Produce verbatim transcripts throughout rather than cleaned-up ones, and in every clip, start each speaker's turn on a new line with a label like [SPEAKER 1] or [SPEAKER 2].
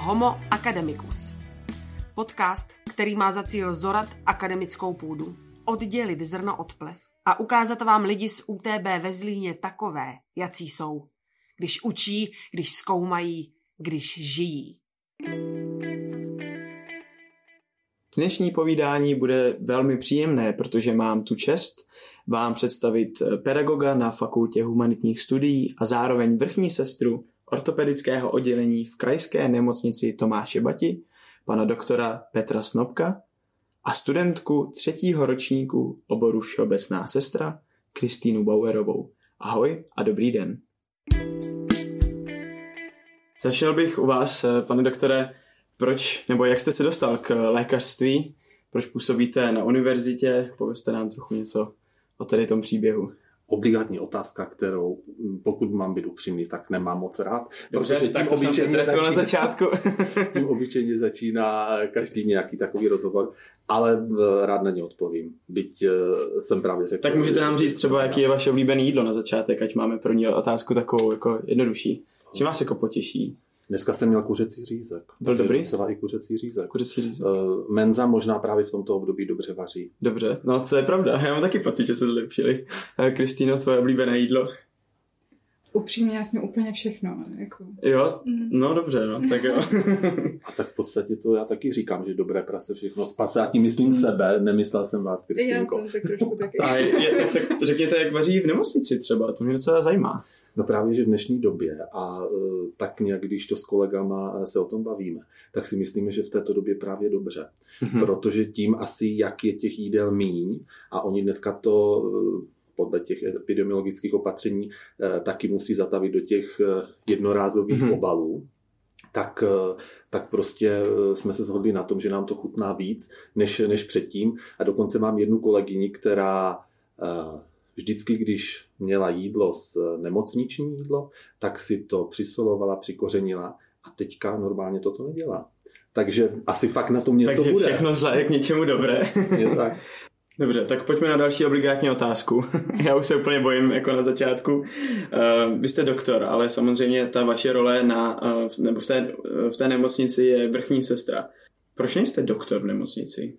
[SPEAKER 1] Homo Academicus. Podcast, který má za cíl zorat akademickou půdu, oddělit zrno od plev a ukázat vám lidi z U T B ve Zlíně takové, jací jsou. Když učí, když zkoumají, když žijí.
[SPEAKER 2] Dnešní povídání bude velmi příjemné, protože mám tu čest vám představit pedagoga na Fakultě humanitních studií a zároveň vrchní sestru ortopedického oddělení v Krajské nemocnici Tomáše Bati, pana doktora Petra Snopka a studentku třetího ročníku oboru Všeobecná sestra Kristýnu Bauerovou. Ahoj a dobrý den. Začal bych u vás, pane doktore, proč, nebo jak jste se dostal k lékařství, proč působíte na univerzitě, povězte nám trochu něco o tady tom příběhu.
[SPEAKER 3] Obligátní otázka, kterou, pokud mám být upřímný, tak nemám moc rád.
[SPEAKER 2] Dobře, tak to jsem se trefil na začátku.
[SPEAKER 3] Tím obyčejně začíná každý nějaký takový rozhovor, ale rád na ně odpovím. Byť jsem právě řekl.
[SPEAKER 2] Tak můžete nám říct třeba, jaký je vaše oblíbené jídlo na začátek, ať máme pro ní otázku takovou jako jednodušší. Čím vás jako potěší?
[SPEAKER 3] Dneska jsem měl kuřecí řízek.
[SPEAKER 2] Byl dobrý?
[SPEAKER 3] Docela i kuřecí řízek.
[SPEAKER 2] Kuřecí řízek.
[SPEAKER 3] Uh, Menza možná právě v tomto období dobře vaří.
[SPEAKER 2] Dobře, no to je pravda. Já mám taky pocit, že se zlepšili. Kristýno, tvoje oblíbené jídlo?
[SPEAKER 4] Upřímně, já jsem úplně všechno. Jako...
[SPEAKER 2] Jo? No dobře, no, tak jo.
[SPEAKER 3] A tak v podstatě to já taky říkám, že dobré prase všechno spase. Já tím myslím sebe, nemyslel jsem vás, Kristýnko.
[SPEAKER 4] Já jsem tak trošku taky.
[SPEAKER 2] A je, tak, tak řekněte, jak vaří v nemocnici třeba, to mě docela zajímá.
[SPEAKER 3] No právě, že v dnešní době a uh, tak nějak, když to s kolegama se o tom bavíme, tak si myslíme, že v této době právě dobře. Mm-hmm. Protože tím asi, jak je těch jídel míň a oni dneska to uh, podle těch epidemiologických opatření uh, taky musí zatavit do těch uh, jednorázových mm-hmm. obalů, tak, uh, tak prostě uh, jsme se shodli na tom, že nám to chutná víc než, než předtím. A dokonce mám jednu kolegyni, která... Uh, Vždycky, když měla jídlo, nemocniční jídlo, tak si to přisolovala, přikořenila a teďka normálně toto nedělá. Takže asi fakt na tom něco
[SPEAKER 2] Takže
[SPEAKER 3] bude.
[SPEAKER 2] Takže všechno zlé je k něčemu dobré.
[SPEAKER 3] tak.
[SPEAKER 2] Dobře, tak pojďme na další obligátní otázku. Já už se úplně bojím jako na začátku. Uh, vy jste doktor, ale samozřejmě ta vaše role na, uh, nebo v té, uh, v té nemocnici je vrchní sestra. Proč nejste doktor v nemocnici?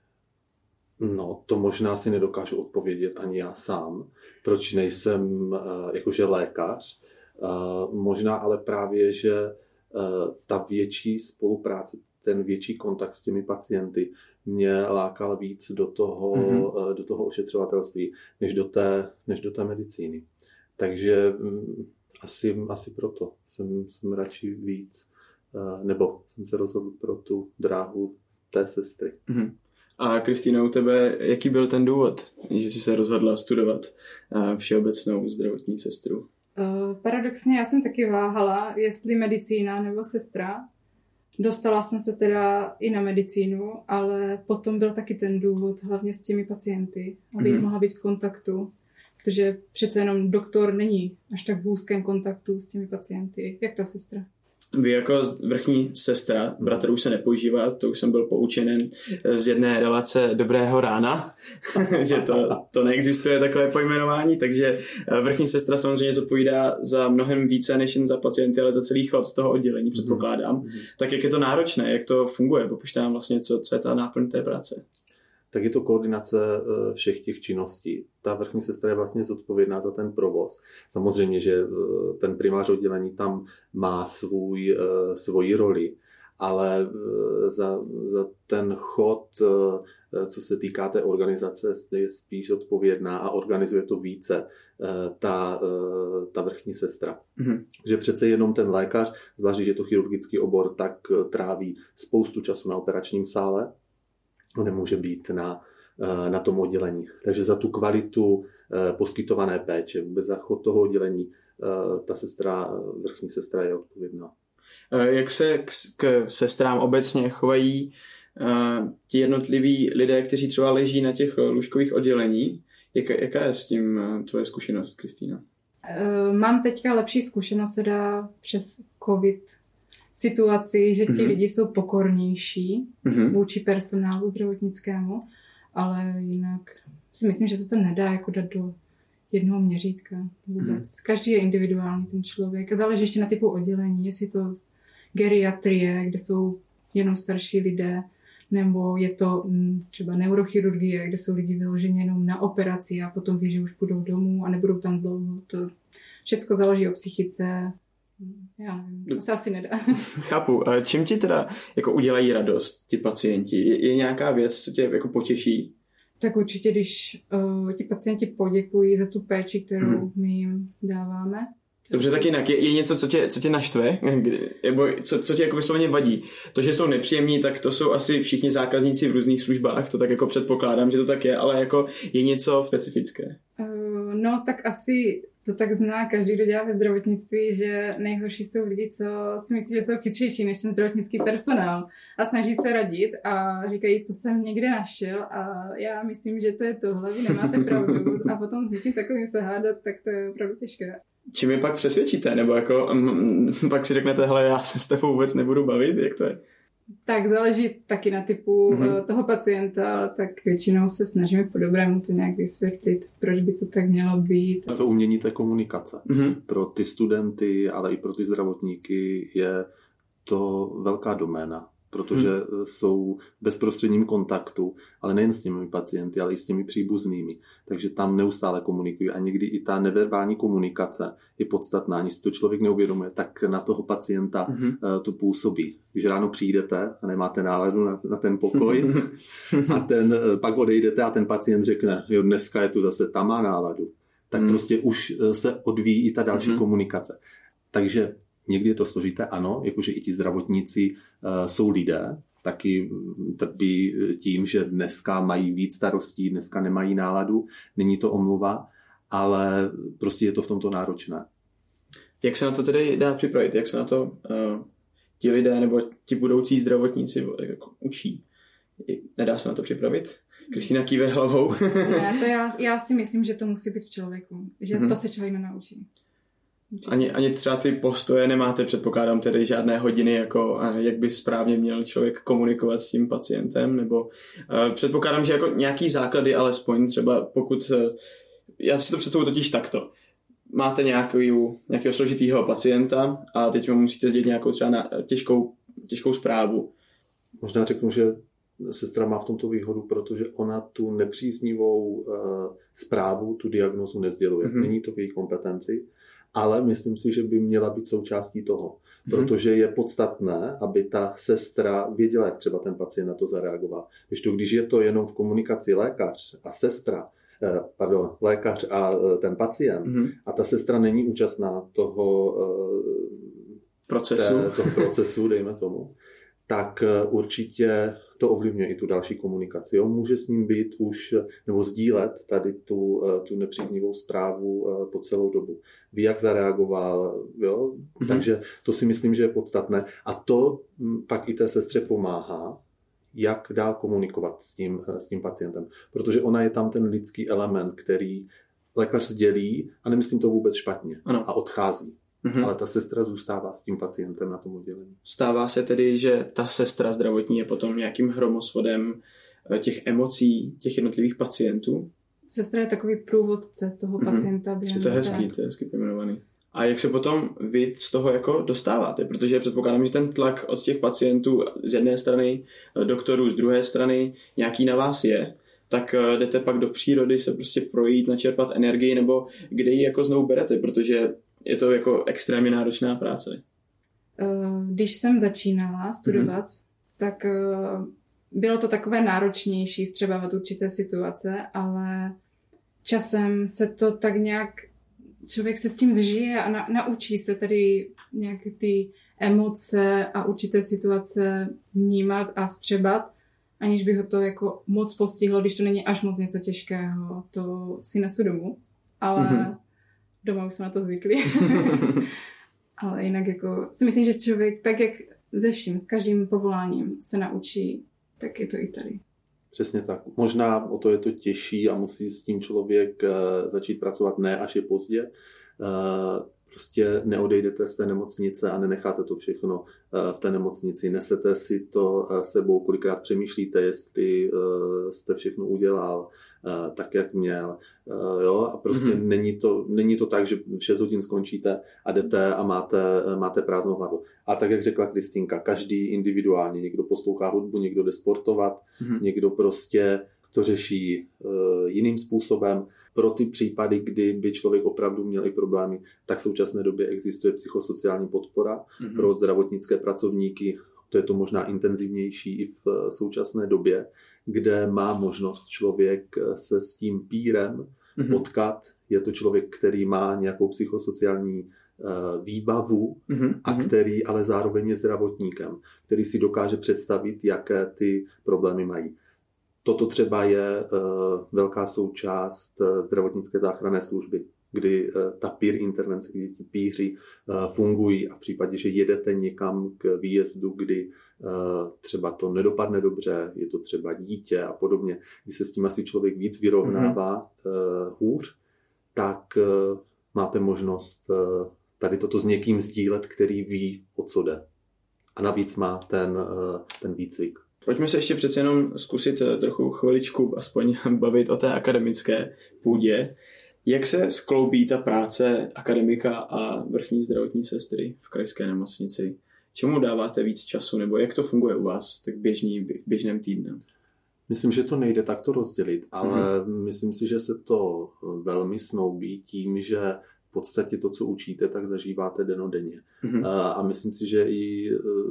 [SPEAKER 3] No, to možná si nedokážu odpovědět ani já sám. Proč nejsem uh, jakože lékař? Uh, možná ale právě, že uh, ta větší spolupráce, ten větší kontakt s těmi pacienty mě lákal víc do toho, mm-hmm. uh, do toho ošetřovatelství, než do té, než do té medicíny. Takže um, asi, asi proto jsem, jsem radši víc, uh, nebo jsem se rozhodl pro tu dráhu té sestry.
[SPEAKER 2] Mm-hmm. A Kristýno, u tebe, jaký byl ten důvod, že jsi se rozhodla studovat všeobecnou zdravotní sestru?
[SPEAKER 4] Uh, paradoxně já jsem taky váhala, jestli medicína nebo sestra. Dostala jsem se teda i na medicínu, ale potom byl taky ten důvod hlavně s těmi pacienty, aby mm-hmm. mohla být v kontaktu, protože přece jenom doktor není až tak v úzkém kontaktu s těmi pacienty, jak ta sestra.
[SPEAKER 2] Vy jako vrchní sestra, bratr už se nepoužívá, to už jsem byl poučen z jedné relace Dobrého rána, že to, to neexistuje takové pojmenování, takže vrchní sestra samozřejmě zodpovídá za mnohem více než jen za pacienty, ale za celý chod toho oddělení, předpokládám. Mm-hmm. Tak jak je to náročné, jak to funguje? Popište nám vlastně, co, co je ta náplň té práce.
[SPEAKER 3] Tak je to koordinace všech těch činností. Ta vrchní sestra je vlastně zodpovědná za ten provoz. Samozřejmě, že ten primář oddělení tam má svůj, svoji roli, ale za, za ten chod, co se týká té organizace, je spíš odpovědná a organizuje to více ta, ta vrchní sestra. Mm-hmm. Že přece jenom ten lékař, zvlášť, že je to chirurgický obor, tak tráví spoustu času na operačním sále, nemůže být na, na tom oddělení. Takže za tu kvalitu poskytované péče, vůbec za chod toho oddělení, ta sestra, vrchní sestra je odpovědná.
[SPEAKER 2] Jak se k, k sestrám obecně chovají uh, ti jednotliví lidé, kteří třeba leží na těch lůžkových oddělení? Jak, jaká je s tím uh, tvoje zkušenost, Kristýna? Uh,
[SPEAKER 4] mám teďka lepší zkušenost teda přes covid situaci, že ti mm-hmm. lidi jsou pokornější mm-hmm. vůči personálu zdravotnickému, ale jinak si myslím, že se to nedá jako dát do jednoho měřítka vůbec. Mm-hmm. Každý je individuální ten člověk. Záleží ještě na typu oddělení, jestli to geriatrie, kde jsou jenom starší lidé, nebo je to třeba neurochirurgie, kde jsou lidi vyloženi jenom na operaci a potom ví, že už půjdou domů a nebudou tam dlouho. To všecko záleží o psychice. Já nevím, to se asi nedá.
[SPEAKER 2] Chápu. A čím ti teda jako udělají radost ti pacienti? Je, je nějaká věc, co tě jako potěší?
[SPEAKER 4] Tak určitě, když uh, ti pacienti poděkují za tu péči, kterou hmm. my jim dáváme.
[SPEAKER 2] Dobře, tak jinak. Je, je něco, co tě, co tě naštve? Nebo co, co tě jako vysloveně vadí? To, že jsou nepříjemní, tak to jsou asi všichni zákazníci v různých službách. To tak jako předpokládám, že to tak je, ale jako je něco specifické.
[SPEAKER 4] Uh, no, tak asi to tak zná každý, kdo dělá ve zdravotnictví, že nejhorší jsou lidi, co si myslí, že jsou chytřejší než ten zdravotnický personál a snaží se radit a říkají, to jsem někde našel a já myslím, že to je tohle, vy nemáte pravdu a potom s někým takovým se hádat, tak to je opravdu těžké.
[SPEAKER 2] Čím je pak přesvědčíte? Nebo jako m, pak si řeknete, hele, já se s tebou vůbec nebudu bavit, jak to je?
[SPEAKER 4] Tak záleží taky na typu mm-hmm. toho pacienta, ale tak většinou se snažíme po dobrému to nějak vysvětlit, proč by to tak mělo být.
[SPEAKER 3] To umění té komunikace.
[SPEAKER 2] Mm-hmm.
[SPEAKER 3] Pro ty studenty, ale i pro ty zdravotníky je to velká doména, protože hmm. jsou v bezprostředním kontaktu, ale nejen s těmi pacienty, ale i s těmi příbuznými. Takže tam neustále komunikují a někdy i ta neverbální komunikace je podstatná. Když si to člověk neuvědomuje, tak na toho pacienta hmm. to působí. Když ráno přijdete a nemáte náladu na, na ten pokoj a ten, pak odejdete a ten pacient řekne, jo, dneska je tu zase, ta má náladu, tak hmm. prostě už se odvíjí i ta další hmm. komunikace. Takže někdy je to složité, ano, jakože i ti zdravotníci uh, jsou lidé, taky trpí tím, že dneska mají víc starostí, dneska nemají náladu, není to omluva, ale prostě je to v tomto náročné.
[SPEAKER 2] Jak se na to tedy dá připravit? Jak se na to uh, ti lidé nebo ti budoucí zdravotníci jako učí? Nedá se na to připravit? Kristýna kýve hlavou.
[SPEAKER 4] Ne, to já, já si myslím, že to musí být v člověku, že mm-hmm. to se člověk nenaučí.
[SPEAKER 2] Ani, ani třeba ty postoje nemáte, předpokládám tedy žádné hodiny, jako jak by správně měl člověk komunikovat s tím pacientem, nebo uh, předpokládám, že jako nějaký základy, alespoň třeba pokud, uh, já si to představuji totiž takto, máte nějakou, nějakého složitýho pacienta a teď mu musíte sdělit nějakou třeba na, těžkou, těžkou zprávu.
[SPEAKER 3] Možná řeknu, že sestra má v tomto výhodu, protože ona tu nepříznivou uh, zprávu, tu diagnózu nezděluje. Mm-hmm. Není to v její kompetenci. Ale myslím si, že by měla být součástí toho. Protože je podstatné, aby ta sestra věděla, jak třeba ten pacient na to zareagoval. Když to, když je to jenom v komunikaci lékař a sestra, eh, pardon, lékař a eh, ten pacient, mm-hmm. a ta sestra není účastná toho eh,
[SPEAKER 2] procesu.
[SPEAKER 3] Té, toho procesu, dejme tomu, tak určitě to ovlivňuje i tu další komunikaci. Jo? Může s ním být už, nebo sdílet tady tu, tu nepříznivou zprávu po celou dobu. Ví, jak zareagoval, jo? Mm-hmm. Takže to si myslím, že je podstatné. A to pak i té sestře pomáhá, jak dál komunikovat s tím, s tím pacientem. Protože ona je tam ten lidský element, který lékař sdělí, a nemyslím to vůbec špatně,
[SPEAKER 2] ano.
[SPEAKER 3] a odchází.
[SPEAKER 2] Mm-hmm.
[SPEAKER 3] Ale ta sestra zůstává s tím pacientem na tom oddělení.
[SPEAKER 2] Stává se tedy, že ta sestra zdravotní je potom nějakým hromosvodem těch emocí těch jednotlivých pacientů?
[SPEAKER 4] Sestra je takový průvodce toho mm-hmm. pacienta.
[SPEAKER 2] To je hezký, to je hezky pojmenovaný. A jak se potom vy z toho jako dostáváte? Protože předpokládám, že ten tlak od těch pacientů z jedné strany, doktorů z druhé strany nějaký na vás je, tak jdete pak do přírody se prostě projít, načerpat energii, nebo kde ji jako znovu berete, protože je to jako extrémně náročná práce.
[SPEAKER 4] Když jsem začínala studovat, mm-hmm. tak bylo to takové náročnější střebávat určité situace, ale časem se to tak nějak, člověk se s tím zžije a na, naučí se tady nějaké ty emoce a určité situace vnímat a vstřebat, aniž by ho to jako moc postihlo, když to není až moc něco těžkého, to si nesu domů, ale mm-hmm. doma už jsme na to zvyklí. Ale jinak jako si myslím, že člověk tak jak ze vším, s každým povoláním se naučí, tak je to i tady.
[SPEAKER 3] Přesně tak. Možná o to je to těžší a musí s tím člověk uh, začít pracovat ne až je pozdě, uh, prostě neodejdete z té nemocnice a nenecháte to všechno v té nemocnici. Nesete si to sebou, kolikrát přemýšlíte, jestli jste všechno udělal tak, jak měl. Jo? A prostě mm-hmm. není, to, není to tak, že v šest hodin skončíte a jdete a máte, máte prázdnou hlavu. A tak, jak řekla Kristýnka, každý individuálně. Někdo poslouchá hudbu, někdo jde sportovat, mm-hmm. někdo prostě to řeší uh, jiným způsobem. Pro ty případy, kdy by člověk opravdu měl i problémy, tak v současné době existuje psychosociální podpora mm-hmm. pro zdravotnické pracovníky. To je to možná intenzivnější i v současné době, kde má možnost člověk se s tím pírem mm-hmm. potkat. Je to člověk, který má nějakou psychosociální uh, výbavu mm-hmm. a který ale zároveň je zdravotníkem, který si dokáže představit, jaké ty problémy mají. Toto třeba je uh, velká součást uh, zdravotnické záchranné služby, kdy uh, ta peer intervence, kdy ti píři uh, fungují a v případě, že jedete někam k výjezdu, kdy uh, třeba to nedopadne dobře, je to třeba dítě a podobně, kdy se s tím asi člověk víc vyrovnává mm-hmm. uh, hůř, tak uh, máte možnost uh, tady toto s někým sdílet, který ví, o co jde. A navíc má ten, uh, ten výcvik.
[SPEAKER 2] Pojďme se ještě přece jenom zkusit trochu chviličku aspoň bavit o té akademické půdě. Jak se skloubí ta práce akademika a vrchní zdravotní sestry v krajské nemocnici? Čemu dáváte víc času, nebo jak to funguje u vás tak běžný, v běžném týdnu?
[SPEAKER 3] Myslím, že to nejde takto rozdělit, ale mm-hmm. myslím si, že se to velmi snoubí tím, že v podstatě to, co učíte, tak zažíváte dennodenně. Mm-hmm. A myslím si, že i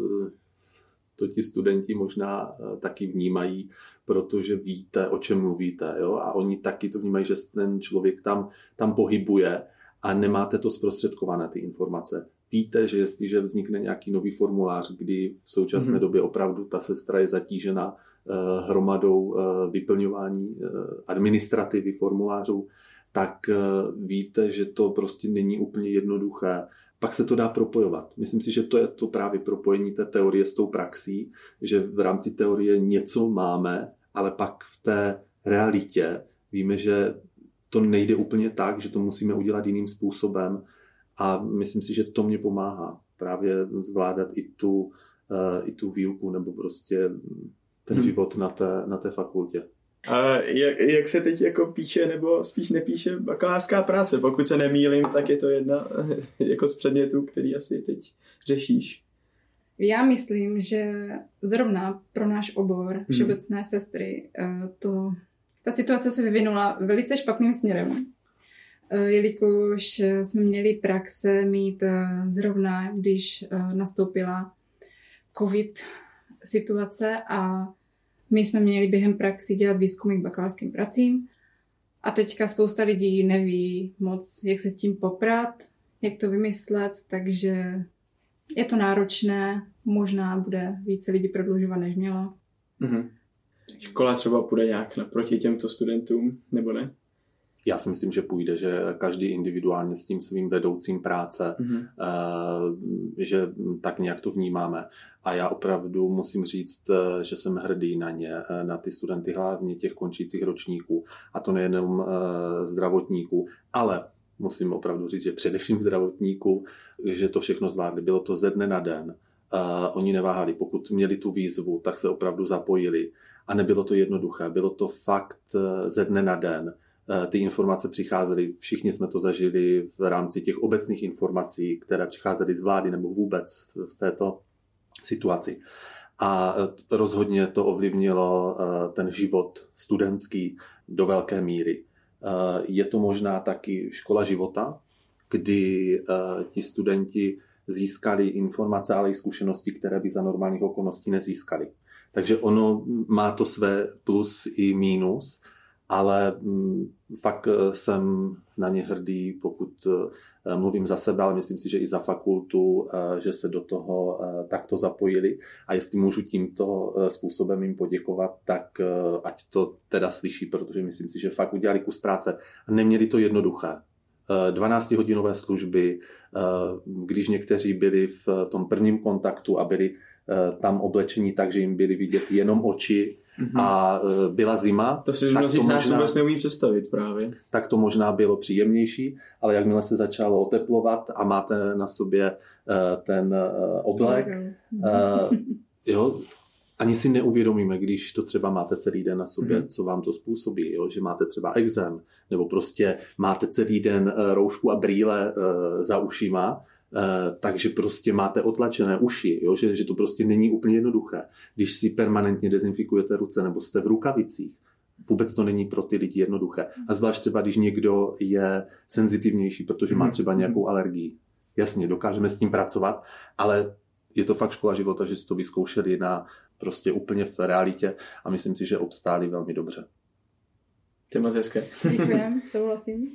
[SPEAKER 3] to ti studenti možná taky vnímají, protože víte, o čem mluvíte. Jo? A oni taky to vnímají, že ten člověk tam, tam pohybuje a nemáte to zprostředkované, ty informace. Víte, že jestliže vznikne nějaký nový formulář, kdy v současné mm-hmm. době opravdu ta sestra je zatížena uh, hromadou uh, vyplňování uh, administrativy formulářů, tak uh, víte, že to prostě není úplně jednoduché. Pak se to dá propojovat. Myslím si, že to je to právě propojení té teorie s tou praxí, že v rámci teorie něco máme, ale pak v té realitě víme, že to nejde úplně tak, že to musíme udělat jiným způsobem a myslím si, že to mě pomáhá právě zvládat i tu, uh, i tu výuku nebo prostě ten hmm. život na té, na té fakultě.
[SPEAKER 2] A jak, jak se teď jako píše, nebo spíš nepíše bakalářská práce? Pokud se nemýlím, tak je to jedna jako z předmětů, který asi teď řešíš.
[SPEAKER 4] Já myslím, že zrovna pro náš obor všeobecné hmm. sestry to, ta situace se vyvinula velice špatným směrem, jelikož jsme měli praxe mít zrovna, když nastoupila covid situace a my jsme měli během praxi dělat výzkumy k bakalářským pracím a teďka spousta lidí neví moc, jak se s tím poprat, jak to vymyslet, takže je to náročné, možná bude více lidí prodlužovat, než mělo.
[SPEAKER 2] Mm-hmm. Škola třeba půjde nějak naproti těmto studentům, nebo ne?
[SPEAKER 3] Já si myslím, že půjde, že každý individuálně s tím svým vedoucím práce, mm-hmm. že tak nějak to vnímáme. A já opravdu musím říct, že jsem hrdý na ně, na ty studenty, hlavně těch končících ročníků. A to nejenom zdravotníků, ale musím opravdu říct, že především zdravotníků, že to všechno zvládli. Bylo to ze dne na den. Oni neváhali. Pokud měli tu výzvu, tak se opravdu zapojili. A nebylo to jednoduché. Bylo to fakt ze dne na den. Ty informace přicházely, všichni jsme to zažili v rámci těch obecných informací, které přicházely z vlády nebo vůbec v této situaci. A rozhodně to ovlivnilo ten život studentský do velké míry. Je to možná taky škola života, kdy ti studenti získali informace, ale i zkušenosti, které by za normálních okolností nezískali. Takže ono má to své plus i mínus, ale fakt jsem na ně hrdý, pokud mluvím za sebe, ale myslím si, že i za fakultu, že se do toho takto zapojili. A jestli můžu tímto způsobem jim poděkovat, tak ať to teda slyší, protože myslím si, že fakt udělali kus práce a neměli to jednoduché. dvanáctihodinové služby, když někteří byli v tom prvním kontaktu a byli tam oblečení tak, že jim byly vidět jenom oči, mm-hmm. a byla zima.
[SPEAKER 2] To si mnozí z nás vůbec neumí představit právě.
[SPEAKER 3] Tak to možná bylo příjemnější, ale jakmile se začalo oteplovat a máte na sobě uh, ten uh, oblek, uh, jo, ani si neuvědomíme, když to třeba máte celý den na sobě, mm-hmm. co vám to způsobí, jo? Že máte třeba exém, nebo prostě máte celý den uh, roušku a brýle uh, za ušima, uh, takže prostě máte otlačené uši, jo? Že, že to prostě není úplně jednoduché. Když si permanentně dezinfikujete ruce nebo jste v rukavicích, vůbec to není pro ty lidi jednoduché. A zvlášť třeba, když někdo je senzitivnější, protože má třeba nějakou alergii. Jasně, dokážeme s tím pracovat, ale je to fakt škola života, že si to vyzkoušeli na prostě úplně v realitě a myslím si, že obstáli velmi dobře.
[SPEAKER 2] To je moc hezké.
[SPEAKER 4] Děkujem, souhlasím.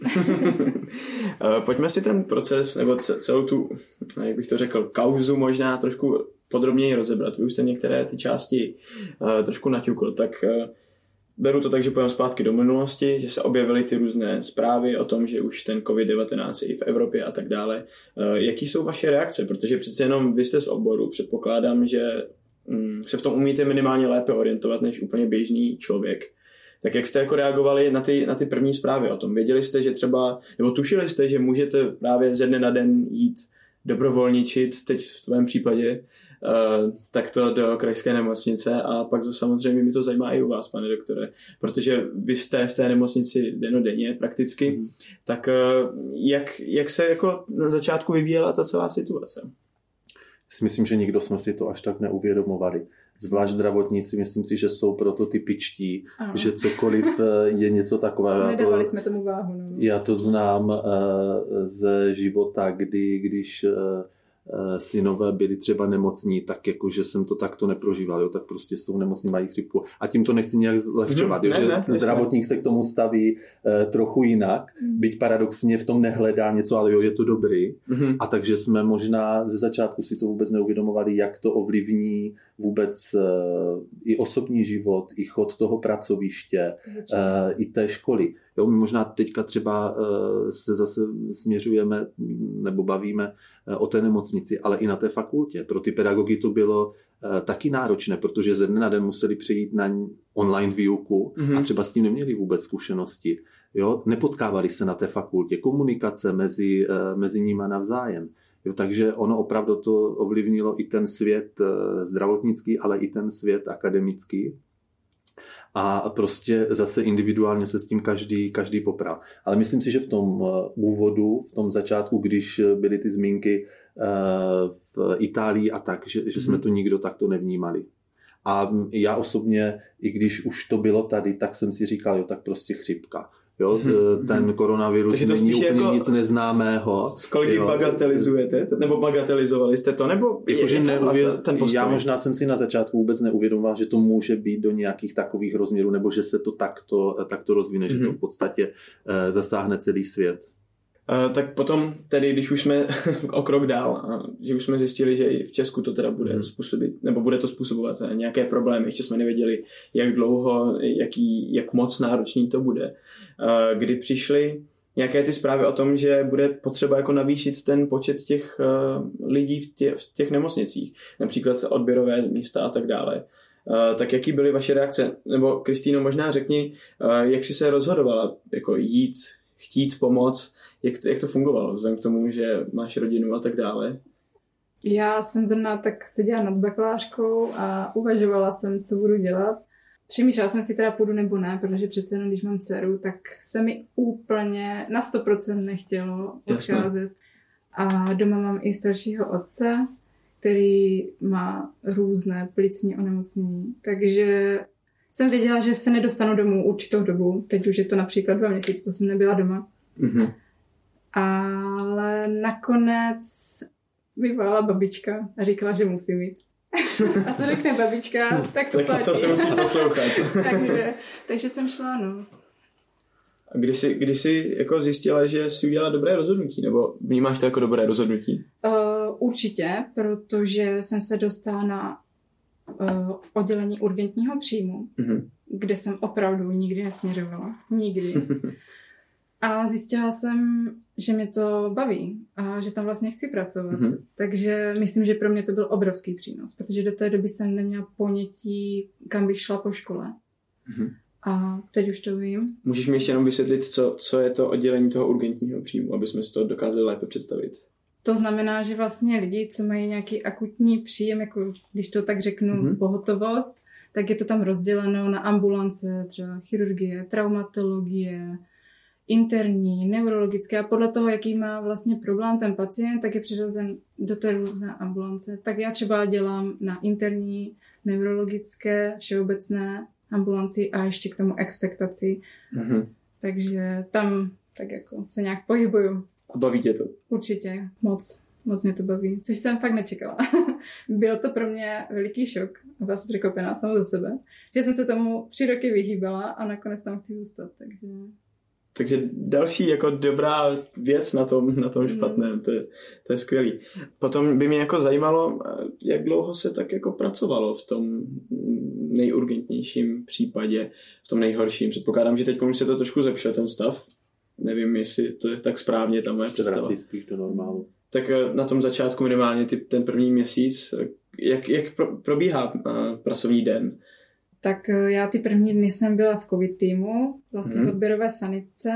[SPEAKER 2] Pojďme si ten proces, nebo celou tu, jak bych to řekl, kauzu možná trošku podrobněji rozebrat. Vy už jste některé ty části uh, trošku naťukl, tak uh, beru to tak, že půjdeme zpátky do minulosti, že se objevily ty různé zprávy o tom, že už ten covid devatenáct je i v Evropě a tak dále. Uh, jaký jsou vaše reakce? Protože přece jenom vy jste z oboru, předpokládám, že um, se v tom umíte minimálně lépe orientovat než úplně běžný člověk. Tak jak jste jako reagovali na ty, na ty první zprávy o tom? Věděli jste, že třeba, nebo tušili jste, že můžete právě ze dne na den jít dobrovolničit, teď v tvém případě, uh, takto do krajské nemocnice a pak to samozřejmě mi to zajímá i u vás, pane doktore, protože vy jste v té nemocnici dennodenně prakticky, mm. tak uh, jak, jak se jako na začátku vyvíjela ta celá situace?
[SPEAKER 3] Myslím, že nikdo jsme si to až tak neuvědomovali. Zvlášť zdravotníci, myslím si, že jsou proto typičtí, Aha. že cokoliv je něco takového.
[SPEAKER 4] Nedávali jsme tomu váhu. No.
[SPEAKER 3] Já to znám uh, ze života, kdy když uh, synové byli třeba nemocní, tak jakože jsem to takto neprožíval, jo, tak prostě jsou nemocní, mají chřipku. A tím to nechci nějak zlehčovat, mm, jo, ne, že ne, zdravotník se k tomu staví uh, trochu jinak, mm. byť paradoxně v tom nehledá něco, ale jo, je to dobrý. Mm. A takže jsme možná ze začátku si to vůbec neuvědomovali, jak to ovlivní vůbec uh, i osobní život, i chod toho pracoviště, uh, i té školy. Jo, my možná teďka třeba uh, se zase směřujeme nebo bavíme uh, o té nemocnici, ale i na té fakultě. Pro ty pedagogy to bylo uh, taky náročné, protože ze dne na den museli přejít na online výuku mm-hmm. a třeba s tím neměli vůbec zkušenosti. Jo, nepotkávali se na té fakultě. Komunikace mezi, uh, mezi nimi navzájem. Jo, takže ono opravdu to ovlivnilo i ten svět zdravotnický, ale i ten svět akademický. A prostě zase individuálně se s tím každý, každý popral. Ale myslím si, že v tom úvodu, v tom začátku, když byly ty zmínky v Itálii a tak, že, že jsme to nikdo takto nevnímali. A já osobně, i když už to bylo tady, tak jsem si říkal, jo, tak prostě chřipka. Jo, ten koronavirus není úplně jako nic neznámého.
[SPEAKER 2] S kolegy jo. bagatelizujete? Nebo bagatelizovali jste to? Nebo
[SPEAKER 3] jakože neuvěd... ten postoj? Já možná jsem si na začátku vůbec neuvědomoval, že to může být do nějakých takových rozměrů, nebo že se to takto, takto rozvine, mm-hmm. že to v podstatě uh, zasáhne celý svět.
[SPEAKER 2] Uh, tak potom tedy, když už jsme o krok dál, a že už jsme zjistili, že i v Česku to teda bude mm. způsobit, nebo bude to způsobovat nějaké problémy, ještě jsme nevěděli, jak dlouho, jaký, jak moc náročný to bude. Uh, kdy přišly nějaké ty zprávy o tom, že bude potřeba jako navýšit ten počet těch uh, lidí v, tě, v těch nemocnicích, například odběrové místa a tak dále. Uh, tak jaký byly vaše reakce? Nebo Kristýno, možná řekni, uh, jak jsi se rozhodovala jako jít, chtít pomoct, jak to, jak to fungovalo, vzhledem k tomu, že máš rodinu a tak dále?
[SPEAKER 4] Já jsem zrovna tak seděla nad bakalářkou a uvažovala jsem, co budu dělat. Přemýšlela jsem si teda půjdu nebo ne, protože přece jenom, když mám dceru, tak se mi úplně na sto procent nechtělo odcházet. A doma mám i staršího otce, který má různé plicní onemocnění. Takže jsem věděla, že se nedostanu domů určitou dobu. Teď už je to například dva měsíce, co jsem nebyla doma. Mm-hmm. Ale nakonec mi volala babička a říkala, že musím jít. A co řekne babička, tak to platí.
[SPEAKER 2] Tak to se musí poslouchat.
[SPEAKER 4] takže, takže jsem šla, no.
[SPEAKER 2] A kdy jsi, kdy jsi jako zjistila, že jsi udělala dobré rozhodnutí? Nebo vnímáš to jako dobré rozhodnutí?
[SPEAKER 4] Uh, určitě, protože jsem se dostala na uh, oddělení urgentního příjmu, mm-hmm. kde jsem opravdu nikdy nesměřovala. Nikdy. A zjistila jsem, že mě to baví a že tam vlastně chci pracovat. Mm-hmm. Takže myslím, že pro mě to byl obrovský přínos, protože do té doby jsem neměla ponětí, kam bych šla po škole. Mm-hmm. A teď už to vím.
[SPEAKER 2] Můžeš mi ještě jenom vysvětlit, co, co je to oddělení toho urgentního příjmu, aby jsme si to dokázali lépe představit?
[SPEAKER 4] To znamená, že vlastně lidi, co mají nějaký akutní příjem, jako když to tak řeknu, mm-hmm. pohotovost, tak je to tam rozděleno na ambulance, třeba chirurgie, traumatologie, interní, neurologické a podle toho, jaký má vlastně problém ten pacient, tak je přiřazen do té různé ambulance. Tak já třeba dělám na interní, neurologické, všeobecné ambulanci a ještě k tomu expektaci. Mm-hmm. Takže tam tak jako se nějak pohybuju.
[SPEAKER 2] A baví tě to?
[SPEAKER 4] Určitě, moc. Moc mě to baví, což jsem fakt nečekala. Bylo to pro mě veliký šok. Byla jsem překvapená sama ze sebe, že jsem se tomu tři roky vyhýbala a nakonec tam chci zůstat. Takže,
[SPEAKER 2] takže další jako dobrá věc na tom, na tom špatném. Mm. To, je, to je skvělý. Potom by mě jako zajímalo, jak dlouho se tak jako pracovalo v tom nejurgentnějším případě, v tom nejhorším. Předpokládám, že teď už se to trošku zlepšil ten stav. Nevím, jestli to je tak správně ta moje představa.
[SPEAKER 3] Vrací spíš do normálu.
[SPEAKER 2] Tak na tom začátku minimálně ty, ten první měsíc, jak, jak pro, probíhá uh, pracovní den?
[SPEAKER 4] Tak já ty první dny jsem byla v covid týmu, vlastně v odběrové sanitce.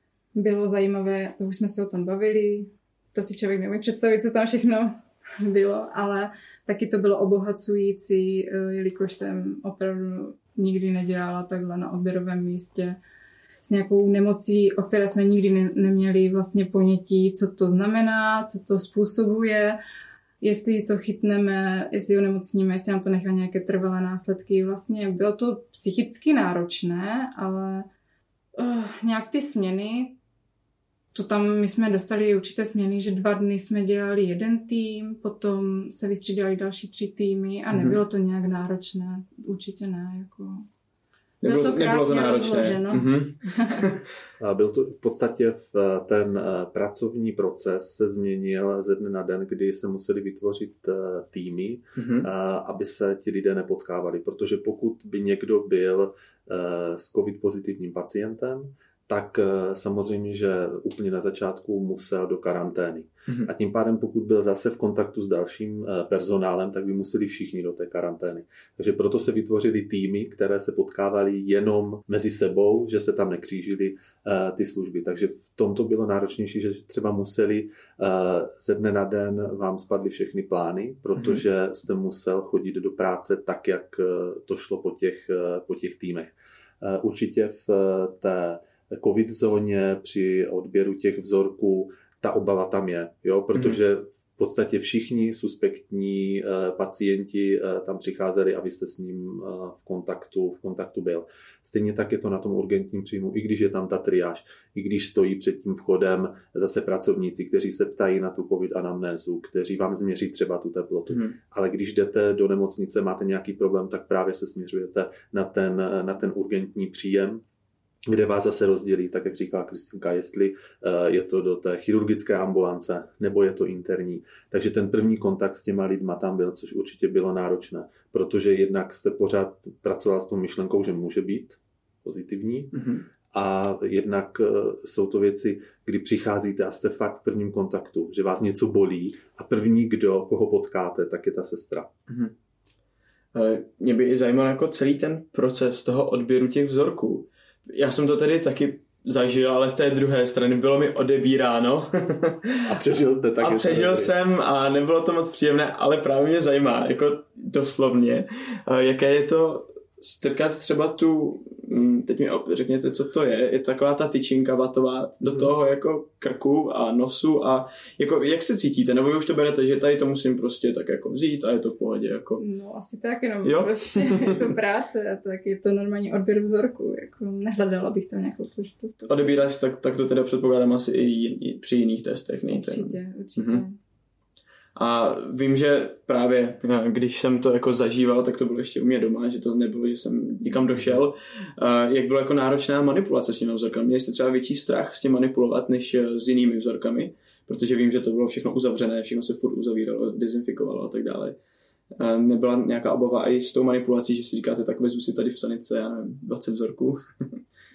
[SPEAKER 4] Bylo zajímavé, to už jsme se o tom bavili, to si člověk nemůže představit, co tam všechno bylo, ale taky to bylo obohacující, jelikož jsem opravdu nikdy nedělala takhle na odběrovém místě s nějakou nemocí, o které jsme nikdy ne- neměli vlastně ponětí, co to znamená, co to způsobuje, jestli to chytneme, jestli onemocníme, jestli nám to nechá nějaké trvalé následky. Vlastně bylo to psychicky náročné, ale uh, nějak ty směny, to tam my jsme dostali určité směny, že dva dny jsme dělali jeden tým, potom se vystřídali další tři týmy a nebylo to nějak náročné. Určitě ne, jako... Bylo to krásně nebylo to náročné. Mm-hmm.
[SPEAKER 3] Byl to v podstatě v ten pracovní proces se změnil ze dne na den, kdy se museli vytvořit týmy, mm-hmm. aby se ti lidé nepotkávali. Protože pokud by někdo byl s covid pozitivním pacientem, tak samozřejmě, že úplně na začátku musel do karantény. Mm-hmm. A tím pádem, pokud byl zase v kontaktu s dalším personálem, tak by museli všichni do té karantény. Takže proto se vytvořily týmy, které se potkávaly jenom mezi sebou, že se tam nekřížily uh, ty služby. Takže v tomto bylo náročnější, že třeba museli uh, ze dne na den vám spadly všechny plány, protože mm-hmm. jste musel chodit do práce tak, jak to šlo po těch, uh, po těch týmech. Uh, určitě v uh, té covid zóně při odběru těch vzorků ta obava tam je, jo, protože v podstatě všichni suspektní uh, pacienti uh, tam přicházeli a vy jste s ním uh, v kontaktu, v kontaktu byl. Stejně tak je to na tom urgentním příjmu, i když je tam ta triáž, i když stojí před tím vchodem zase pracovníci, kteří se ptají na tu covid anamnézu, kteří vám změří třeba tu teplotu. Hmm. Ale když jdete do nemocnice, máte nějaký problém, tak právě se směřujete na ten, na ten urgentní příjem, kde vás zase rozdělí, tak jak říkala Kristýnka, jestli je to do té chirurgické ambulance, nebo je to interní. Takže ten první kontakt s těma lidma tam byl, což určitě bylo náročné, protože jednak jste pořád pracoval s tou myšlenkou, že může být pozitivní, mm-hmm. a jednak jsou to věci, kdy přicházíte a jste fakt v prvním kontaktu, že vás něco bolí a první, kdo, koho potkáte, tak je ta sestra.
[SPEAKER 2] Mm-hmm. Mě by i zajímal jako celý ten proces toho odběru těch vzorků. Já jsem to tedy taky zažil, ale z té druhé strany bylo mi odebíráno.
[SPEAKER 3] A přežil jste taky.
[SPEAKER 2] A přežil jsem a nebylo to moc příjemné, ale právě mě zajímá, jako doslovně, jaké je to strkat třeba tu, teď mi řekněte, co to je, je taková ta tyčinka vatová do toho jako krku a nosu a jako jak se cítíte, nebo vy už to berete, že tady to musím prostě tak jako vzít a je to v pohodě jako.
[SPEAKER 4] No asi tak, jenom jo? Prostě je to práce a tak je to normální odběr vzorku, jako nehledala bych tam nějakou složitost.
[SPEAKER 2] Odebíráš, tak, tak to teda předpokládám asi i, i při jiných testech, ne?
[SPEAKER 4] Určitě, určitě. Mm-hmm.
[SPEAKER 2] A vím, že právě když jsem to jako zažíval, tak to bylo ještě u mě doma, že to nebylo, že jsem někam došel. Jak bylo jako náročná manipulace s těmi vzorkami. Měli jste třeba větší strach s tím manipulovat než s jinými vzorkami, protože vím, že to bylo všechno uzavřené, všechno se furt uzavíralo, dezinfikovalo a tak dále. Nebyla nějaká obava i s tou manipulací, že si říkáte, tak vezu si tady v sanice, já nevím, dvacet vzorků?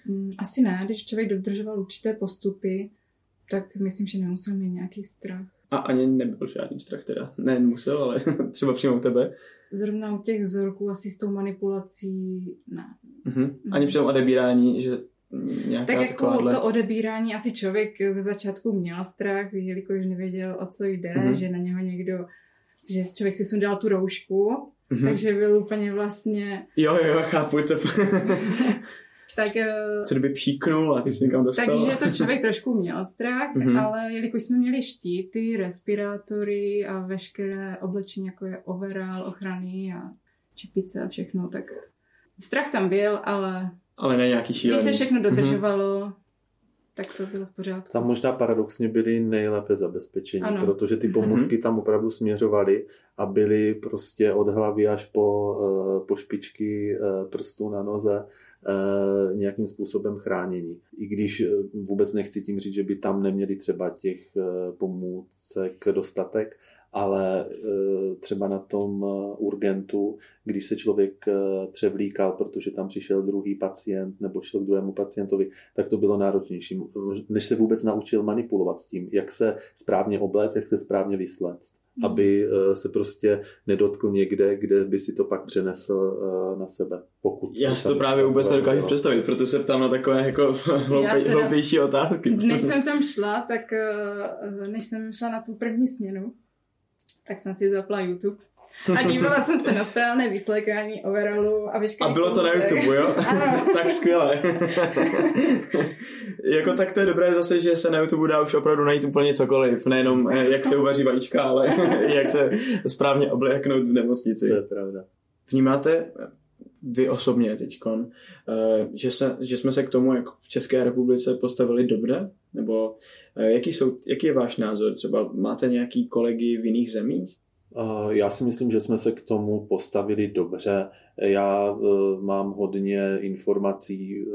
[SPEAKER 4] Asi ne, když člověk dodržoval určité postupy, tak myslím, že nemusel mít nějaký strach.
[SPEAKER 2] A ani nebyl žádný strach teda. Ne, musel, ale třeba přímo u tebe.
[SPEAKER 4] Zrovna u těch vzorků asi s tou manipulací ne.
[SPEAKER 2] Mhm. Ani při tom odebírání, že nějaká
[SPEAKER 4] tak jako
[SPEAKER 2] takováhle...
[SPEAKER 4] to odebírání asi člověk ze začátku měl strach, jelikož nevěděl, o co jde, mm-hmm. že na něho někdo, že člověk si sundal tu roušku, mm-hmm. takže byl úplně vlastně...
[SPEAKER 2] Jo, jo, chápu to.
[SPEAKER 4] tak,
[SPEAKER 2] co kdyby píknul a ty jsi někam dostal?
[SPEAKER 4] Takže to člověk trošku měl strach, mm-hmm. ale jelikož jsme měli štíty, respirátory a veškeré oblečení, jako je overall, ochrany a čepice a všechno, tak strach tam byl, ale...
[SPEAKER 2] Ale ne nějaký šílený.
[SPEAKER 4] Když se všechno dodržovalo, mm-hmm. tak to bylo v pořádku.
[SPEAKER 3] Tam možná paradoxně byli nejlépe zabezpečení,
[SPEAKER 4] ano.
[SPEAKER 3] protože ty pomůcky mm-hmm. tam opravdu směřovaly a byly prostě od hlavy až po, po špičky prstů na noze nějakým způsobem chránění. I když vůbec nechci tím říct, že by tam neměli třeba těch pomůcek dostatek, ale třeba na tom urgentu, když se člověk převlíkal, protože tam přišel druhý pacient nebo šel k druhému pacientovi, tak to bylo náročnější. Než se vůbec naučil manipulovat s tím, jak se správně obléct, jak se správně vysléct, hmm. aby se prostě nedotkl někde, kde by si to pak přenesl na sebe. Pokud
[SPEAKER 2] Já si to právě vůbec nedokážu bylo. představit, proto se ptám na takové jako hloupej, teda, hloupější otázky.
[SPEAKER 4] Než jsem tam šla, tak než jsem šla na tu první směnu, tak jsem si zapla YouTube a dívala jsem se na správné vyslékání overallu a veškerých
[SPEAKER 2] A bylo to na YouTube, jo? Tak skvěle. Jako tak to je dobré zase, že se na YouTube dá už opravdu najít úplně cokoliv, nejenom jak se uvaří vajíčka, ale jak se správně obléknout v nemocnici.
[SPEAKER 3] To je pravda.
[SPEAKER 2] Vnímáte vy osobně teďkon, že, se, že jsme se k tomu jak v České republice postavili dobře? Nebo jaký, jsou, jaký je váš názor? Třeba máte nějaký kolegy v jiných zemích?
[SPEAKER 3] Já si myslím, že jsme se k tomu postavili dobře. Já mám hodně informací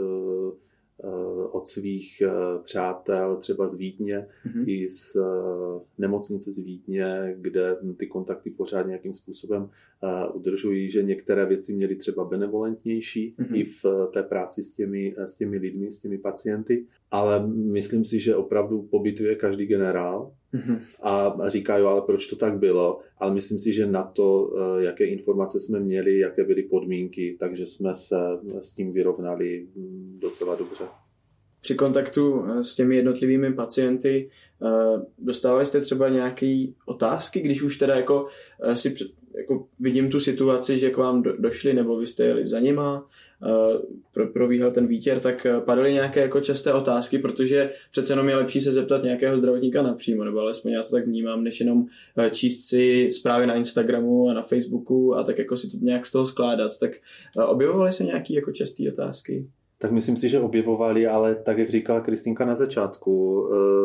[SPEAKER 3] od svých přátel, třeba z Vídně, mm-hmm. i z nemocnice z Vídně, kde ty kontakty pořád nějakým způsobem udržují, že některé věci měly třeba benevolentnější mm-hmm. i v té práci s těmi, s těmi lidmi, s těmi pacienty, ale myslím si, že opravdu pobytuje každý generál mm-hmm. a říká, jo, ale proč to tak bylo, ale myslím si, že na to, jaké informace jsme měli, jaké byly podmínky, takže jsme se s tím vyrovnali docela dobře.
[SPEAKER 2] Při kontaktu s těmi jednotlivými pacienty dostávali jste třeba nějaké otázky, když už teda jako si před, jako vidím tu situaci, že k vám do, došli nebo vy jste jeli za nima, pro, probíhal ten výtěr, tak padaly nějaké jako časté otázky, protože přece jenom je lepší se zeptat nějakého zdravotníka napřímo, nebo alespoň já to tak vnímám, než jenom číst si zprávy na Instagramu a na Facebooku a tak jako si to nějak z toho skládat. Tak objevovaly se nějaké jako časté otázky?
[SPEAKER 3] Tak myslím si, že objevovali, ale tak, jak říkala Kristýnka na začátku,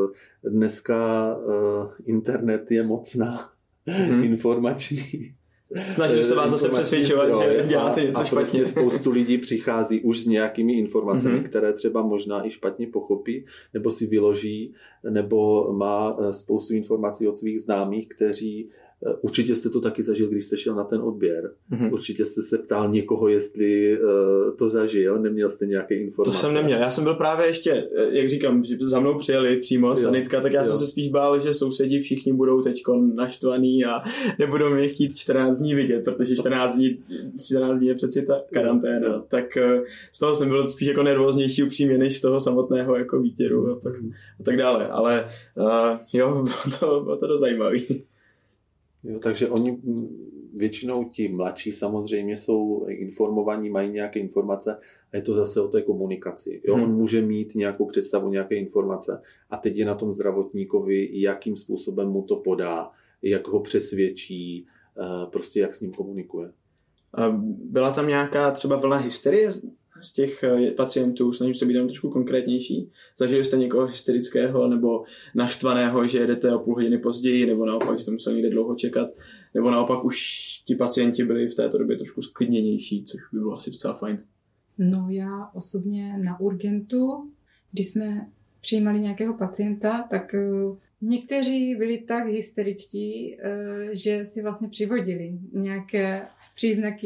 [SPEAKER 3] dneska internet je mocná, hmm. informační.
[SPEAKER 2] Snažím se vás zase přesvědčovat, že děláte něco
[SPEAKER 3] a
[SPEAKER 2] špatně.
[SPEAKER 3] Prostě spoustu lidí přichází už s nějakými informacemi, mm-hmm. které třeba možná i špatně pochopí, nebo si vyloží, nebo má spoustu informací od svých známých, kteří určitě jste to taky zažil, když jste šel na ten odběr. Mm-hmm. Určitě jste se ptal někoho, jestli uh, to zažil, neměl jste nějaké informace.
[SPEAKER 2] To jsem neměl. Já jsem byl právě ještě, jak říkám, za mnou přijeli přímo sanitka, tak já jo. jsem se spíš bál, že sousedi všichni budou teďko naštvaný a nebudou mě chtít čtrnáct dní vidět, protože čtrnáct dní, čtrnáct dní je přeci ta karanténa. Jo. Tak uh, z toho jsem byl spíš jako nervóznější upřímně, než z toho samotného jako výtěru a tak, a tak dále. Ale uh, jo, bylo to, bylo to dost zajímavý.
[SPEAKER 3] Jo, takže oni většinou ti mladší samozřejmě jsou informovaní, mají nějaké informace a je to zase o té komunikaci. Jo? Hmm. On může mít nějakou představu, nějaké informace a teď je na tom zdravotníkovi, jakým způsobem mu to podá, jak ho přesvědčí, prostě jak s ním komunikuje.
[SPEAKER 2] Byla tam nějaká třeba vlna hysterie z těch pacientů? Snažím se být tam trošku konkrétnější. Zažili jste někoho hysterického nebo naštvaného, že jedete o půl hodiny později, nebo naopak, že jste museli někde dlouho čekat, nebo naopak už ti pacienti byli v této době trošku sklidněnější, což by bylo asi docela fajn.
[SPEAKER 4] No já osobně na urgentu, když jsme přijímali nějakého pacienta, tak někteří byli tak hysteričtí, že si vlastně přivodili nějaké příznaky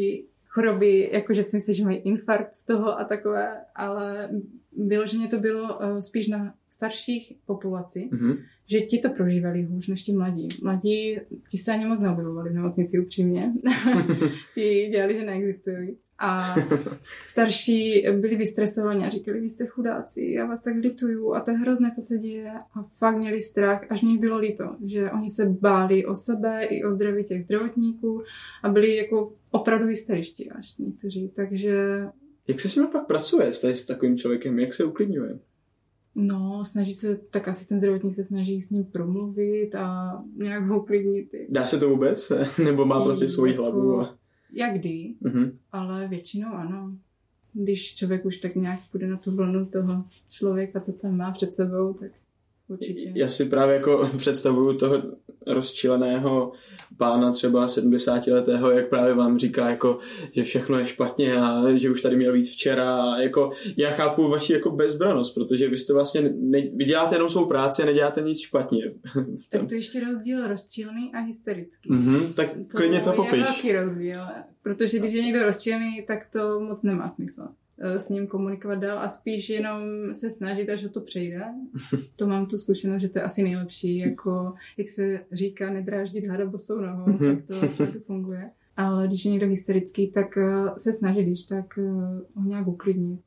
[SPEAKER 4] choroby, jakože si myslí, že mají infarkt z toho a takové, ale vyloženě to bylo uh, spíš na starších populaci, mm-hmm. že ti to prožívali hůř než ti mladí. Mladí, ti se ani moc neobjevovali v nemocnici upřímně. Ti dělali, že neexistují. A starší byli vystresovaní a říkali, vy jste chudáci, já vás tak lituju a to je hrozné, co se děje. A fakt měli strach, až mě bylo líto, že oni se báli o sebe i o zdraví těch zdravotníků a byli jako opravdu hysteričtí až někteří, takže...
[SPEAKER 2] Jak se s nimi pak pracuje s, s takovým člověkem? Jak se uklidňuje?
[SPEAKER 4] No, snaží se, tak asi ten zdravotník se snaží s ním promluvit a nějak ho uklidnit.
[SPEAKER 2] Dá se to vůbec? Nebo má prostě svoji jako... hlavu? A...
[SPEAKER 4] Jak kdy, mm-hmm. ale většinou ano. Když člověk už tak nějak půjde na tu vlnu toho člověka, co tam má před sebou, tak určitě.
[SPEAKER 2] Já si právě jako představuju toho rozčileného pána třeba sedmdesátiletého, jak právě vám říká, jako, že všechno je špatně a že už tady měl víc včera. A jako, já chápu vaši jako bezbranost, protože vy jste vlastně, ne, vy děláte jenom svou práci a neděláte nic špatně.
[SPEAKER 4] Tak to ještě rozdíl rozčilený a hysterický.
[SPEAKER 2] Mm-hmm, tak
[SPEAKER 4] to
[SPEAKER 2] klidně to popiš.
[SPEAKER 4] To je velký rozdíl, protože když je někdo rozčilený, tak to moc nemá smysl s ním komunikovat dál a spíš jenom se snažit, až ho to přejde. To mám tu zkušenost, že to je asi nejlepší, jako jak se říká, nedráždit hada bosou nohou, mm-hmm. tak to, to funguje. Ale když je někdo hysterický, tak se snažit, když tak ho nějak uklidnit.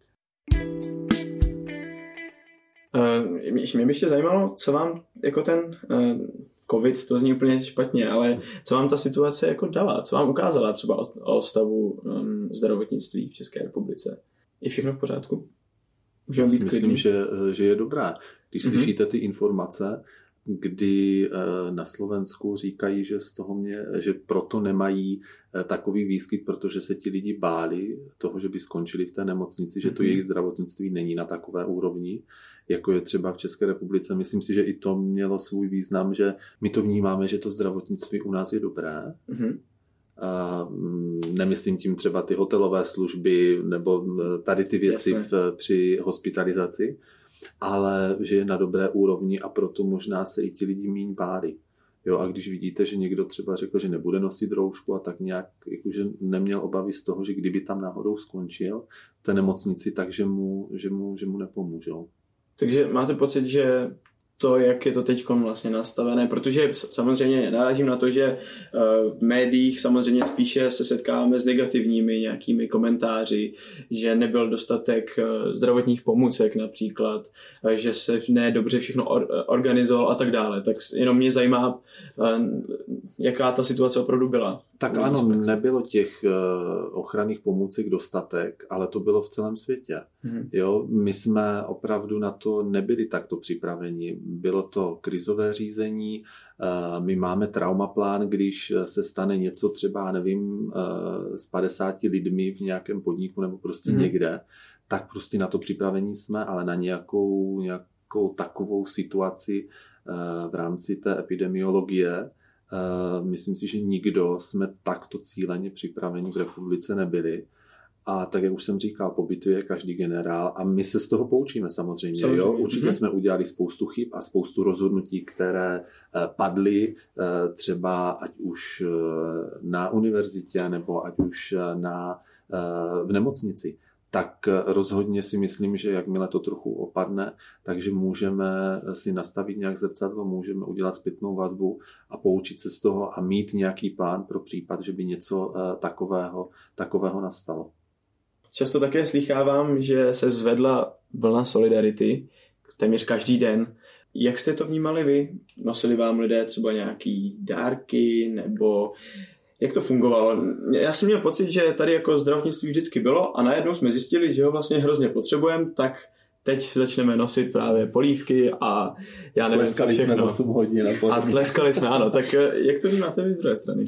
[SPEAKER 2] Uh, mě by ještě zajímalo, co vám jako ten uh, covid, to zní úplně špatně, ale co vám ta situace jako dala? Co vám ukázala třeba o, o stavu um, zdravotnictví v České republice? Je všechno v pořádku?
[SPEAKER 3] Můžeme být klidný? Myslím, že, že je dobré. Když mm-hmm. slyšíte ty informace, kdy na Slovensku říkají, že z toho mě, že proto nemají takový výskyt, protože se ti lidi báli toho, že by skončili v té nemocnici, mm-hmm. že to jejich zdravotnictví není na takové úrovni, jako je třeba v České republice. Myslím si, že i to mělo svůj význam, že my to vnímáme, že to zdravotnictví u nás je dobré. Mm-hmm. A nemyslím tím třeba ty hotelové služby nebo tady ty věci v, při hospitalizaci, ale že je na dobré úrovni a proto možná se i ti lidi míň báli. Jo, a když vidíte, že někdo třeba řekl, že nebude nosit roušku a tak nějak, jakože neměl obavy z toho, že kdyby tam náhodou skončil v té nemocnici, takže mu, že mu, že mu nepomůžou.
[SPEAKER 2] Takže máte pocit, že to, jak je to teď vlastně nastavené, protože samozřejmě narážím na to, že v médiích samozřejmě spíše se setkáváme s negativními nějakými komentáři, že nebyl dostatek zdravotních pomůcek například, že se ne dobře všechno organizovalo a tak dále. Tak jenom mě zajímá, jaká ta situace opravdu byla.
[SPEAKER 3] Tak ano, nebylo těch ochranných pomůcek dostatek, ale to bylo v celém světě. Hmm. Jo, my jsme opravdu na to nebyli takto připraveni. Bylo to krizové řízení, my máme traumaplán, když se stane něco třeba, nevím, s padesáti lidmi v nějakém podniku nebo prostě hmm. někde, tak prostě na to připravení jsme, ale na nějakou, nějakou takovou situaci v rámci té epidemiologie, myslím si, že nikdo jsme takto cíleně připraveni v republice nebyli. A tak, jak už jsem říkal, pobytuje každý generál a my se z toho poučíme samozřejmě. samozřejmě. Jo? Určitě mm-hmm. jsme udělali spoustu chyb a spoustu rozhodnutí, které padly třeba ať už na univerzitě nebo ať už na, v nemocnici. Tak rozhodně si myslím, že jakmile to trochu opadne, takže můžeme si nastavit nějak zrcadlo, můžeme udělat zpětnou vazbu a poučit se z toho a mít nějaký plán pro případ, že by něco takového, takového nastalo.
[SPEAKER 2] Často také slýchávám, že se zvedla vlna solidarity téměř každý den. Jak jste to vnímali vy? Nosili vám lidé třeba nějaký dárky nebo... Jak to fungovalo? Já jsem měl pocit, že tady jako zdravotnictví vždycky bylo a najednou jsme zjistili, že ho vlastně hrozně potřebujeme, tak teď začneme nosit právě polívky a já nevím,
[SPEAKER 3] tleskali
[SPEAKER 2] co všechno.
[SPEAKER 3] Jsme osm hodin a,
[SPEAKER 2] a tleskali jsme, ano. Tak jak to vnímáte vy z druhé strany?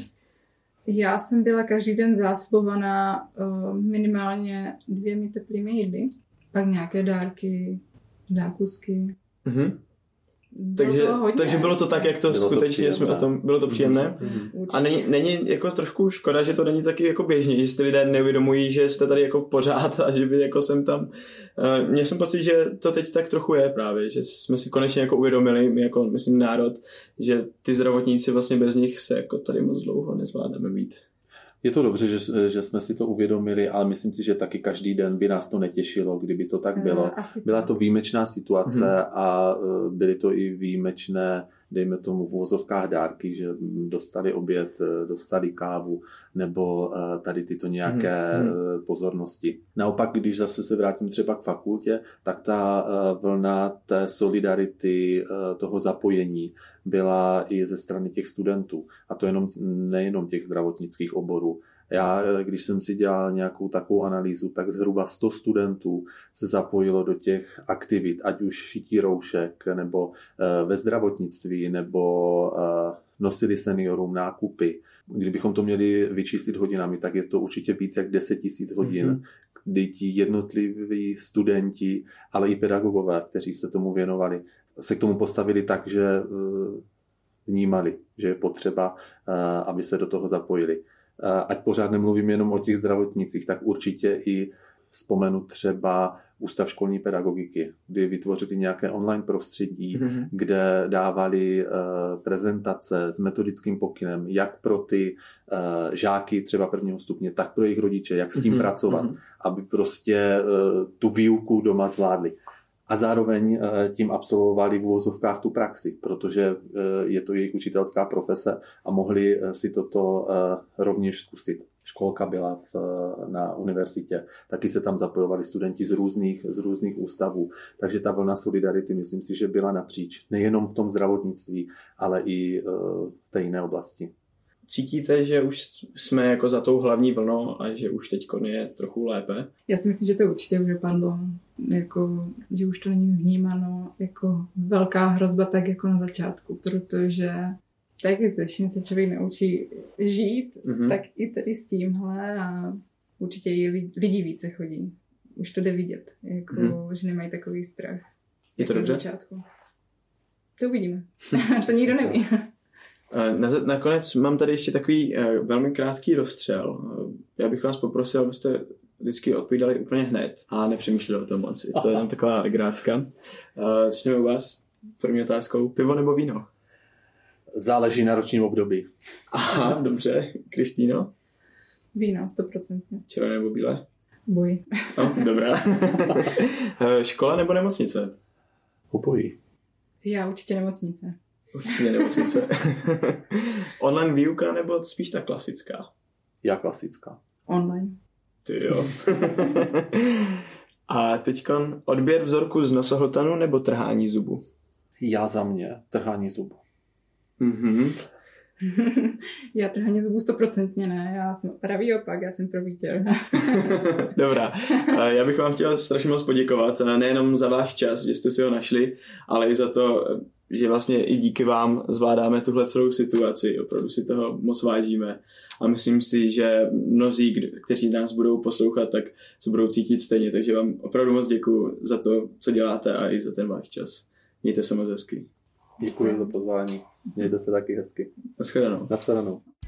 [SPEAKER 4] Já jsem byla každý den zásobovaná uh, minimálně dvěmi teplými jídly, pak nějaké dárky, zákusky.
[SPEAKER 2] Mhm. Takže, takže bylo to tak, jak to bylo skutečně to jsme o tom, bylo to příjemné. Mm-hmm. A není, není jako trošku škoda, že to není taky jako běžně, že si lidé neuvědomují, že jste tady jako pořád a že by jako jsem tam. Uh, měl jsem pocit, že to teď tak trochu je právě, že jsme si konečně jako uvědomili, my jako myslím národ, že ty zdravotníci vlastně bez nich se jako tady moc dlouho nezvládneme být.
[SPEAKER 3] Je to dobře, že, že jsme si to uvědomili, ale myslím si, že taky každý den by nás to netěšilo, kdyby to tak bylo. Byla to výjimečná situace hmm. a byly to i výjimečné, dejme tomu v uvozovkách dárky, že dostali oběd, dostali kávu nebo tady tyto nějaké hmm. pozornosti. Naopak, když zase se vrátím třeba k fakultě, tak ta vlna té solidarity, toho zapojení byla i ze strany těch studentů. A to jenom, nejenom těch zdravotnických oborů. Já, když jsem si dělal nějakou takovou analýzu, tak zhruba sto studentů se zapojilo do těch aktivit, ať už šití roušek, nebo ve zdravotnictví, nebo nosili seniorům nákupy. Kdybychom to měli vyčíslit hodinami, tak je to určitě víc jak deset tisíc hodin, mm-hmm. kdy ti jednotliví studenti, ale i pedagogové, kteří se tomu věnovali, se k tomu postavili tak, že vnímali, že je potřeba, aby se do toho zapojili. Ať pořád nemluvím jenom o těch zdravotnicích, tak určitě i vzpomenu třeba Ústav školní pedagogiky, kdy vytvořili nějaké online prostředí, mm-hmm. kde dávali uh, prezentace s metodickým pokynem, jak pro ty uh, žáky třeba prvního stupně, tak pro jejich rodiče, jak s tím mm-hmm. pracovat, mm-hmm. aby prostě uh, tu výuku doma zvládli. A zároveň uh, tím absolvovali v uvozovkách tu praxi, protože uh, je to jejich učitelská profese a mohli uh, si toto uh, rovněž zkusit. Školka byla v, na univerzitě, taky se tam zapojovali studenti z různých, z různých ústavů, takže ta vlna solidarity, myslím si, že byla napříč, nejenom v tom zdravotnictví, ale i v té jiné oblasti.
[SPEAKER 2] Cítíte, že už jsme jako za tou hlavní vlnou a že už teďko je trochu lépe?
[SPEAKER 4] Já si myslím, že to určitě už dopadlo, jako, že už to není vnímáno jako velká hrozba tak jako na začátku, protože tak se vším se člověk naučí žít, mm-hmm. tak i tady s tímhle a určitě i lidi více chodí. Už to jde vidět, jako, mm-hmm. že nemají takový strach.
[SPEAKER 2] Je to dobře?
[SPEAKER 4] Začátku. To uvidíme. To nikdo neví.
[SPEAKER 2] Na, nakonec mám tady ještě takový uh, velmi krátký rozstřel. Uh, já bych vás poprosil, abyste vždycky odpovídali úplně hned a nepřemýšleli o tom moc. To je tam taková grácka. Uh, začneme u vás první otázkou. Pivo nebo víno?
[SPEAKER 3] Záleží na ročním období.
[SPEAKER 2] Aha, dobře. Kristýno?
[SPEAKER 4] Víno, stoprocentně.
[SPEAKER 2] Červené nebo bílé?
[SPEAKER 4] Boj.
[SPEAKER 2] No, dobrá. Škola nebo nemocnice?
[SPEAKER 3] Obojí.
[SPEAKER 4] Já určitě nemocnice.
[SPEAKER 2] Určitě nemocnice. Online výuka nebo spíš ta klasická?
[SPEAKER 3] Já klasická.
[SPEAKER 4] Online.
[SPEAKER 2] Ty jo. A teďkon odběr vzorku z nosohltanu nebo trhání zubu?
[SPEAKER 3] Já za mě trhání zubu.
[SPEAKER 2] Mhm.
[SPEAKER 4] Já trhání zubů stoprocentně ne, já jsem pravý opak, já jsem provítěl.
[SPEAKER 2] Dobrá, já bych vám chtěla strašně moc poděkovat, nejenom za váš čas, že jste si ho našli, ale i za to, že vlastně i díky vám zvládáme tuhle celou situaci, opravdu si toho moc vážíme a myslím si, že mnozí, kteří nás budou poslouchat, tak se budou cítit stejně, takže vám opravdu moc děkuju za to, co děláte a i za ten váš čas. Mějte se moc hezky.
[SPEAKER 3] Děkuji za pozvání. Mějte se taky hezky.
[SPEAKER 2] Naschledanou.
[SPEAKER 3] Naschledanou.